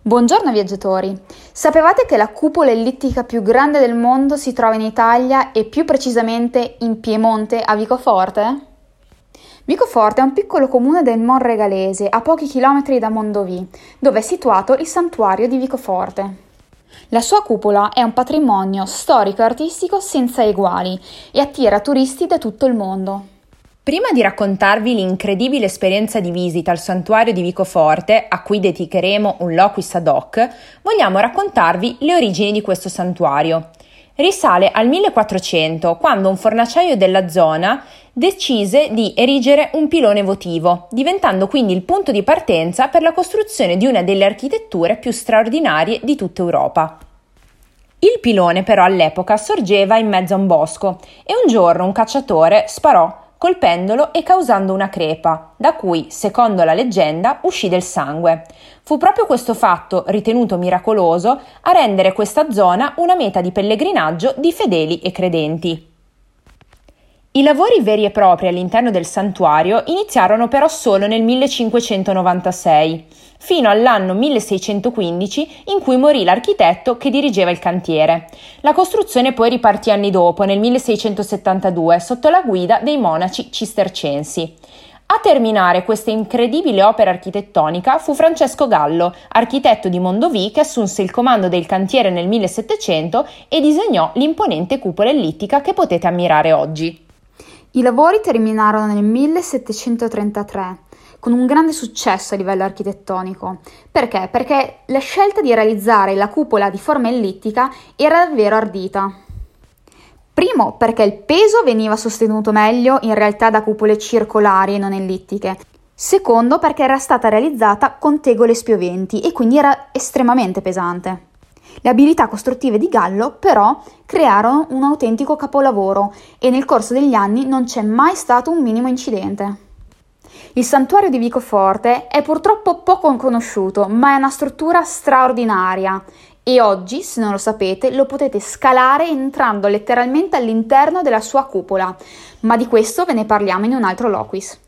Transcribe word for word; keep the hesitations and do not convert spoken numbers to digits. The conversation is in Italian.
Buongiorno viaggiatori! Sapevate che la cupola ellittica più grande del mondo si trova in Italia e più precisamente in Piemonte a Vicoforte? Vicoforte è un piccolo comune del Monregalese a pochi chilometri da Mondovì, dove è situato il santuario di Vicoforte. La sua cupola è un patrimonio storico e artistico senza eguali e attira turisti da tutto il mondo. Prima di raccontarvi l'incredibile esperienza di visita al santuario di Vicoforte, a cui dedicheremo un loquis ad hoc, vogliamo raccontarvi le origini di questo santuario. Risale al millequattrocento, quando un fornaciaio della zona decise di erigere un pilone votivo, diventando quindi il punto di partenza per la costruzione di una delle architetture più straordinarie di tutta Europa. Il pilone però all'epoca sorgeva in mezzo a un bosco e un giorno un cacciatore sparò colpendolo e causando una crepa, da cui, secondo la leggenda, uscì del sangue. Fu proprio questo fatto, ritenuto miracoloso, a rendere questa zona una meta di pellegrinaggio di fedeli e credenti. I lavori veri e propri all'interno del santuario iniziarono però solo nel millecinquecentonovantasei, fino all'anno milleseicentoquindici in cui morì l'architetto che dirigeva il cantiere. La costruzione poi ripartì anni dopo, nel milleseicentosettantadue, sotto la guida dei monaci cistercensi. A terminare questa incredibile opera architettonica fu Francesco Gallo, architetto di Mondovì, che assunse il comando del cantiere nel millesettecento e disegnò l'imponente cupola ellittica che potete ammirare oggi. I lavori terminarono nel millesettecentotrentatré, con un grande successo a livello architettonico. Perché? Perché la scelta di realizzare la cupola di forma ellittica era davvero ardita. Primo, perché il peso veniva sostenuto meglio in realtà da cupole circolari e non ellittiche. Secondo, perché era stata realizzata con tegole spioventi e quindi era estremamente pesante. Le abilità costruttive di Gallo, però, crearono un autentico capolavoro e nel corso degli anni non c'è mai stato un minimo incidente. Il santuario di Vicoforte è purtroppo poco conosciuto, ma è una struttura straordinaria e oggi, se non lo sapete, lo potete scalare entrando letteralmente all'interno della sua cupola, ma di questo ve ne parliamo in un altro loquis.